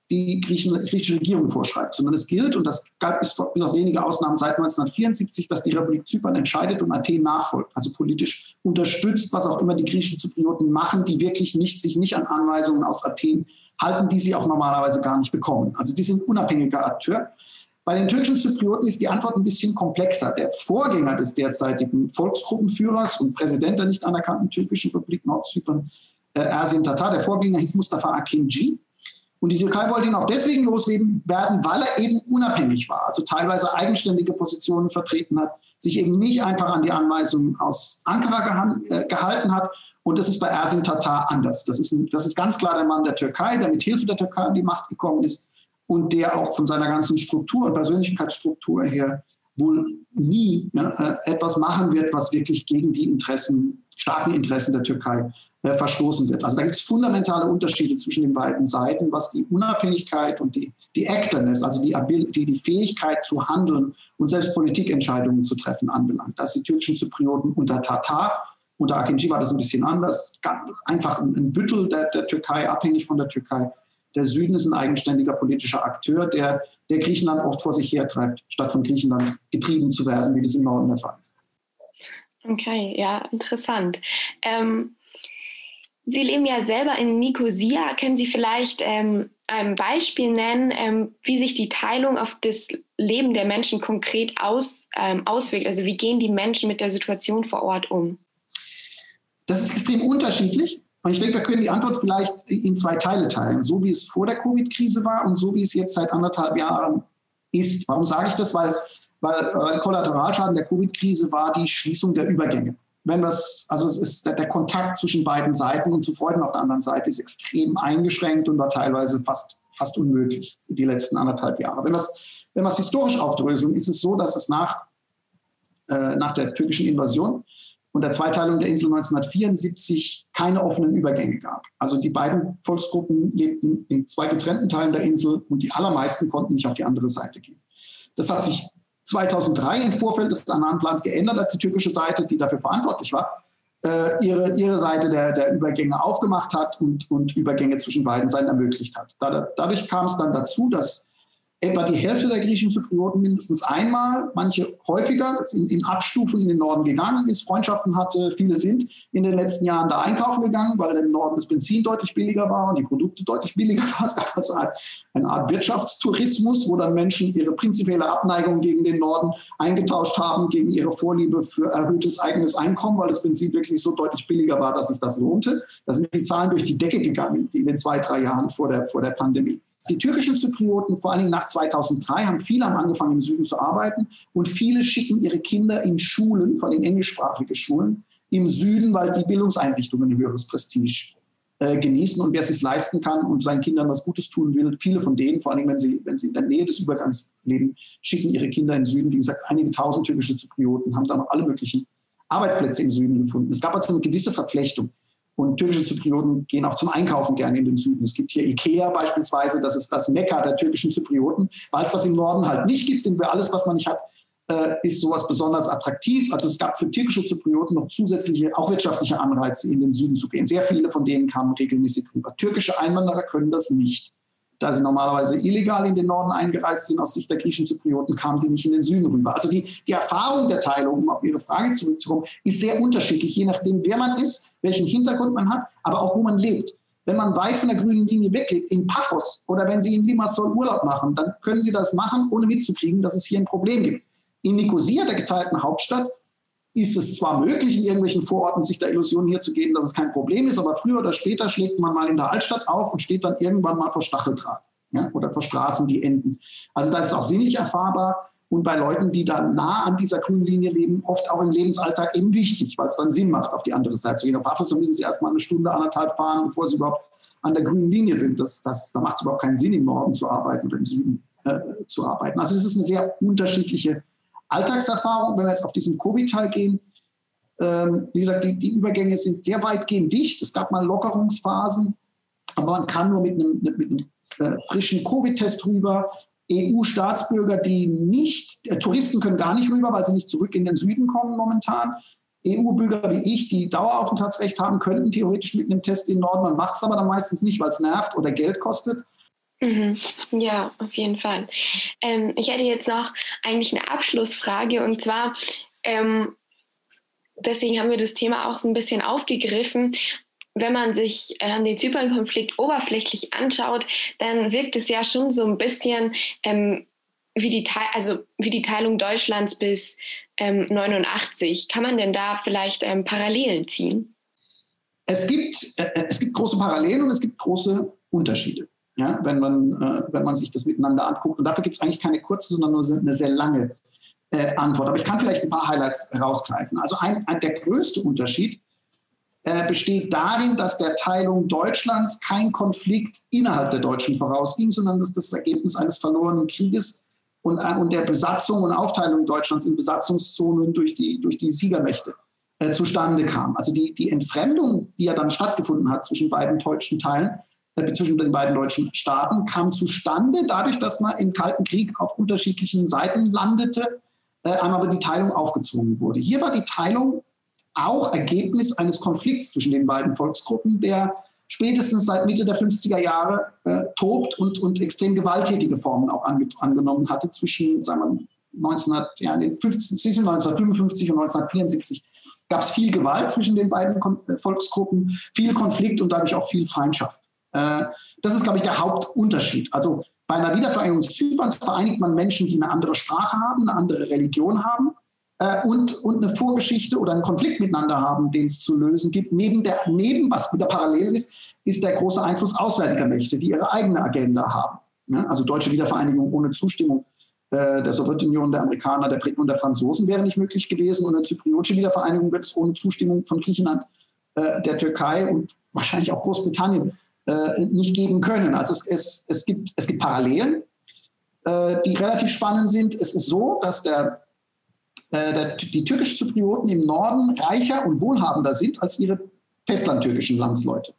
die griechische Regierung vorschreibt, sondern es gilt, und das galt bis auf wenige Ausnahmen seit 1974, dass die Republik Zypern entscheidet und Athen nachfolgt, also politisch unterstützt, was auch immer die griechischen Zyprioten machen, die wirklich sich nicht an Anweisungen aus Athen halten, die sie auch normalerweise gar nicht bekommen. Also die sind unabhängiger Akteur. Bei den türkischen Zyprioten ist die Antwort ein bisschen komplexer. Der Vorgänger des derzeitigen Volksgruppenführers und Präsident der nicht anerkannten türkischen Republik Nordzypern, Ersin Tatar, der Vorgänger hieß Mustafa Akinci. Und die Türkei wollte ihn auch deswegen loswerden, weil er eben unabhängig war, also teilweise eigenständige Positionen vertreten hat, sich eben nicht einfach an die Anweisungen aus Ankara gehalten hat. Und das ist bei Ersin Tatar anders. Das ist ganz klar der Mann der Türkei, der mit Hilfe der Türkei an die Macht gekommen ist und der auch von seiner ganzen Struktur und Persönlichkeitsstruktur her wohl nie etwas machen wird, was wirklich gegen die starken Interessen der Türkei verstoßen wird. Also da gibt es fundamentale Unterschiede zwischen den beiden Seiten, was die Unabhängigkeit und die Actorness, also die Fähigkeit zu handeln und selbst Politikentscheidungen zu treffen anbelangt. Das die türkischen Zyprioten unter Tatar, unter Akinci war das ein bisschen anders, einfach ein Büttel der Türkei, abhängig von der Türkei. Der Süden ist ein eigenständiger politischer Akteur, der Griechenland oft vor sich hertreibt, statt von Griechenland getrieben zu werden, wie das im Norden der Fall ist. Okay, ja, interessant. Sie leben ja selber in Nikosia. Können Sie vielleicht ein Beispiel nennen, wie sich die Teilung auf das Leben der Menschen konkret auswirkt? Also wie gehen die Menschen mit der Situation vor Ort um? Das ist extrem unterschiedlich. Und ich denke, wir können die Antwort vielleicht in 2 Teile teilen. So wie es vor der Covid-Krise war und so wie es jetzt seit 1,5 Jahren ist. Warum sage ich das? Weil Kollateralschaden der Covid-Krise war die Schließung der Übergänge. Es ist der Kontakt zwischen beiden Seiten und zu Freunden auf der anderen Seite ist extrem eingeschränkt und war teilweise fast unmöglich die letzten 1,5 Jahre. Wenn wir es historisch aufdröseln, ist es so, dass es nach der türkischen Invasion und der Zweiteilung der Insel 1974 keine offenen Übergänge gab. Also die beiden Volksgruppen lebten in 2 getrennten Teilen der Insel und die allermeisten konnten nicht auf die andere Seite gehen. Das hat sich 2003 im Vorfeld des Annahmenplans geändert, als die türkische Seite, die dafür verantwortlich war, ihre Seite der Übergänge aufgemacht hat und Übergänge zwischen beiden Seiten ermöglicht hat. Dadurch kam es dann dazu, dass etwa die Hälfte der griechischen Zyprioten mindestens einmal, manche häufiger, in Abstufung in den Norden gegangen ist, Freundschaften hatte. Viele sind in den letzten Jahren da einkaufen gegangen, weil im Norden das Benzin deutlich billiger war und die Produkte deutlich billiger waren. Es gab also eine Art Wirtschaftstourismus, wo dann Menschen ihre prinzipielle Abneigung gegen den Norden eingetauscht haben, gegen ihre Vorliebe für erhöhtes eigenes Einkommen, weil das Benzin wirklich so deutlich billiger war, dass sich das lohnte. Da sind die Zahlen durch die Decke gegangen in den 2-3 Jahren vor der Pandemie. Die türkischen Zyprioten, vor allen Dingen nach 2003, viele haben angefangen im Süden zu arbeiten und viele schicken ihre Kinder in Schulen, vor allem englischsprachige Schulen, im Süden, weil die Bildungseinrichtungen ein höheres Prestige genießen und wer es sich leisten kann und seinen Kindern was Gutes tun will, viele von denen, vor allem wenn sie in der Nähe des Übergangs leben, schicken ihre Kinder in den Süden. Wie gesagt, einige tausend türkische Zyprioten haben da noch alle möglichen Arbeitsplätze im Süden gefunden. Es gab also eine gewisse Verflechtung. Und türkische Zyprioten gehen auch zum Einkaufen gerne in den Süden. Es gibt hier Ikea beispielsweise, das ist das Mekka der türkischen Zyprioten. Weil es das im Norden halt nicht gibt, denn für alles, was man nicht hat, ist sowas besonders attraktiv. Also es gab für türkische Zyprioten noch zusätzliche, auch wirtschaftliche Anreize, in den Süden zu gehen. Sehr viele von denen kamen regelmäßig rüber. Türkische Einwanderer können das nicht. Da sie normalerweise illegal in den Norden eingereist sind, aus Sicht der griechischen Zyprioten, kamen die nicht in den Süden rüber. Also die Erfahrung der Teilung, um auf Ihre Frage zurückzukommen, ist sehr unterschiedlich, je nachdem, wer man ist, welchen Hintergrund man hat, aber auch wo man lebt. Wenn man weit von der grünen Linie weglebt, in Paphos oder wenn Sie in Limassol Urlaub machen, dann können Sie das machen, ohne mitzukriegen, dass es hier ein Problem gibt. In Nikosia, der geteilten Hauptstadt, ist es zwar möglich, in irgendwelchen Vororten sich der Illusion hier zu geben, dass es kein Problem ist, aber früher oder später schlägt man mal in der Altstadt auf und steht dann irgendwann mal vor Stacheldraht, ja, oder vor Straßen, die enden. Also da ist es auch sinnlich erfahrbar und bei Leuten, die da nah an dieser grünen Linie leben, oft auch im Lebensalltag eben wichtig, weil es dann Sinn macht, auf die andere Seite zu gehen. Auf Paphos müssen sie erst mal 1 Stunde, 1,5 fahren, bevor sie überhaupt an der grünen Linie sind. Da macht es überhaupt keinen Sinn, im Norden zu arbeiten oder im Süden zu arbeiten. Also es ist eine sehr unterschiedliche Alltagserfahrung. Wenn wir jetzt auf diesen Covid-Teil gehen, wie gesagt, die Übergänge sind sehr weitgehend dicht. Es gab mal Lockerungsphasen, aber man kann nur mit einem frischen Covid-Test rüber. EU-Staatsbürger, Touristen können gar nicht rüber, weil sie nicht zurück in den Süden kommen momentan. EU-Bürger wie ich, die Daueraufenthaltsrecht haben, könnten theoretisch mit einem Test in den Norden. Man macht es aber dann meistens nicht, weil es nervt oder Geld kostet. Ja, auf jeden Fall. Ich hätte jetzt noch eigentlich eine Abschlussfrage, und zwar, deswegen haben wir das Thema auch so ein bisschen aufgegriffen. Wenn man sich den Zypern-Konflikt oberflächlich anschaut, dann wirkt es ja schon so ein bisschen wie die Teilung Deutschlands bis 89. Kann man denn da vielleicht Parallelen ziehen? Es gibt große Parallelen und es gibt große Unterschiede, ja, wenn man sich das miteinander anguckt. Und dafür gibt es eigentlich keine kurze, sondern nur eine sehr lange Antwort. Aber ich kann vielleicht ein paar Highlights herausgreifen. Also der größte Unterschied besteht darin, dass der Teilung Deutschlands kein Konflikt innerhalb der Deutschen vorausging, sondern dass das Ergebnis eines verlorenen Krieges und der Besatzung und Aufteilung Deutschlands in Besatzungszonen durch die Siegermächte zustande kam. Also die Entfremdung, die ja dann stattgefunden hat zwischen beiden deutschen Teilen, zwischen den beiden deutschen Staaten, kam zustande dadurch, dass man im Kalten Krieg auf unterschiedlichen Seiten landete, einmal aber die Teilung aufgezwungen wurde. Hier war die Teilung auch Ergebnis eines Konflikts zwischen den beiden Volksgruppen, der spätestens seit Mitte der 50er Jahre tobt und extrem gewalttätige Formen auch angenommen hatte zwischen, sagen wir, 1955 und 1974 gab es viel Gewalt zwischen den beiden Volksgruppen, viel Konflikt und dadurch auch viel Feindschaft. Das ist, glaube ich, der Hauptunterschied. Also bei einer Wiedervereinigung Zyperns vereinigt man Menschen, die eine andere Sprache haben, eine andere Religion haben und eine Vorgeschichte oder einen Konflikt miteinander haben, den es zu lösen gibt. Neben was wieder parallel ist der große Einfluss auswärtiger Mächte, die ihre eigene Agenda haben. Ja, also deutsche Wiedervereinigung ohne Zustimmung der Sowjetunion, der Amerikaner, der Briten und der Franzosen wäre nicht möglich gewesen. Und eine zypriotische Wiedervereinigung wird es ohne Zustimmung von Griechenland, der Türkei und wahrscheinlich auch Großbritannien nicht geben können. Also es gibt Parallelen, die relativ spannend sind. Es ist so, dass die türkisch-Zyprioten im Norden reicher und wohlhabender sind als ihre festlandtürkischen Landsleute.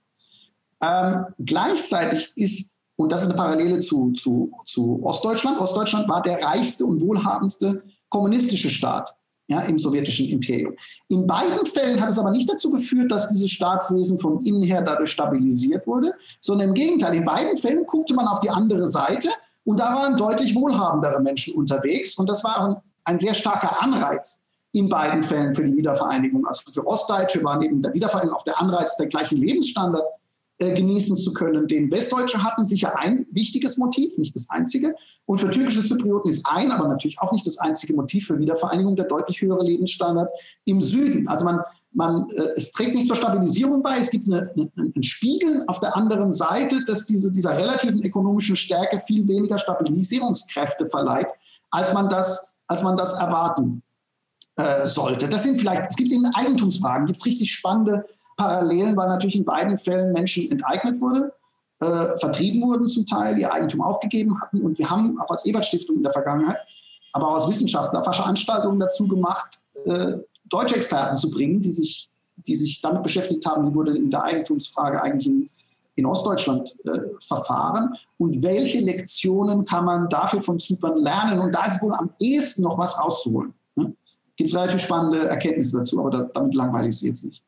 Gleichzeitig ist, und das ist eine Parallele zu Ostdeutschland, Ostdeutschland war der reichste und wohlhabendste kommunistische Staat, ja, im sowjetischen Imperium. In beiden Fällen hat es aber nicht dazu geführt, dass dieses Staatswesen von innen her dadurch stabilisiert wurde, sondern im Gegenteil, in beiden Fällen guckte man auf die andere Seite und da waren deutlich wohlhabendere Menschen unterwegs und das war ein sehr starker Anreiz in beiden Fällen für die Wiedervereinigung. Also für Ostdeutsche war neben der Wiedervereinigung auch der Anreiz, den gleichen Lebensstandard genießen zu können. Den Westdeutsche hatten sicher ein wichtiges Motiv, nicht das einzige. Und für türkische Zyprioten ist aber natürlich auch nicht das einzige Motiv für Wiedervereinigung der deutlich höhere Lebensstandard im Süden. Also es trägt nicht zur Stabilisierung bei. Es gibt einen Spiegel auf der anderen Seite, dass dieser relativen ökonomischen Stärke viel weniger Stabilisierungskräfte verleiht, als man das erwarten sollte. Es gibt in Eigentumsfragen, gibt es richtig spannende Parallelen, weil natürlich in beiden Fällen Menschen enteignet wurden, vertrieben wurden zum Teil, ihr Eigentum aufgegeben hatten. Und wir haben auch als Ebert-Stiftung in der Vergangenheit, aber auch als Wissenschaftler Veranstaltungen dazu gemacht, deutsche Experten zu bringen, die sich damit beschäftigt haben, wie wurde in der Eigentumsfrage eigentlich in Ostdeutschland verfahren und welche Lektionen kann man dafür von Zypern lernen. Und da ist wohl am ehesten noch was rauszuholen. Ne? Gibt es relativ spannende Erkenntnisse dazu, aber damit langweile ich Sie jetzt nicht.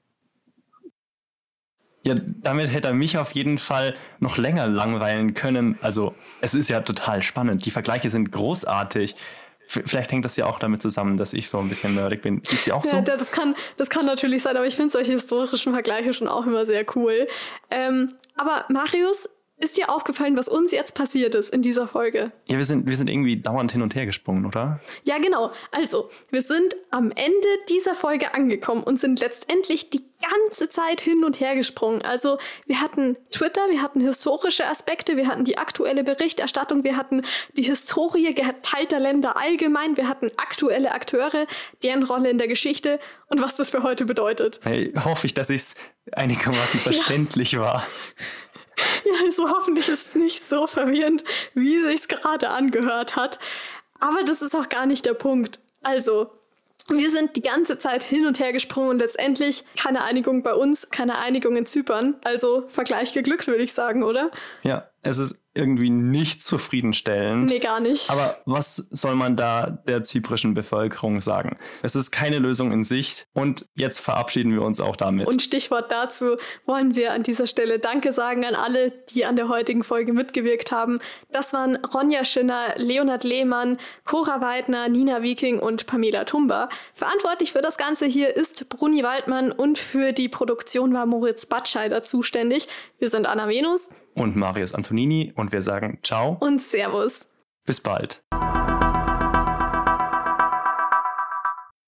Ja, damit hätte er mich auf jeden Fall noch länger langweilen können. Also es ist ja total spannend. Die Vergleiche sind großartig. Vielleicht hängt das ja auch damit zusammen, dass ich so ein bisschen nerdig bin. Geht's dir auch so? Ja, das kann natürlich sein, aber ich finde solche historischen Vergleiche schon auch immer sehr cool. Aber Marius, ist dir aufgefallen, was uns jetzt passiert ist in dieser Folge? Ja, wir sind irgendwie dauernd hin und her gesprungen, oder? Ja, genau. Also, wir sind am Ende dieser Folge angekommen und sind letztendlich die ganze Zeit hin und her gesprungen. Also, wir hatten Twitter, wir hatten historische Aspekte, wir hatten die aktuelle Berichterstattung, wir hatten die Historie geteilter Länder allgemein, wir hatten aktuelle Akteure, deren Rolle in der Geschichte und was das für heute bedeutet. Hey, hoffe ich, dass es einigermaßen verständlich war. Ja, also hoffentlich ist es nicht so verwirrend, wie es sich gerade angehört hat. Aber das ist auch gar nicht der Punkt. Also, wir sind die ganze Zeit hin und her gesprungen und letztendlich keine Einigung bei uns, keine Einigung in Zypern. Also Vergleich geglückt, würde ich sagen, oder? Ja, Es ist irgendwie nicht zufriedenstellend. Nee, gar nicht. Aber was soll man da der zyprischen Bevölkerung sagen? Es ist keine Lösung in Sicht und jetzt verabschieden wir uns auch damit. Und Stichwort dazu wollen wir an dieser Stelle Danke sagen an alle, die an der heutigen Folge mitgewirkt haben. Das waren Ronja Schinner, Leonhard Lehmann, Cora Weidner, Nina Wieking und Pamela Tumba. Verantwortlich für das Ganze hier ist Bruni Waldmann und für die Produktion war Moritz Batscheider zuständig. Wir sind Anna Venus und Marius Antonini und wir sagen Ciao und Servus. Bis bald.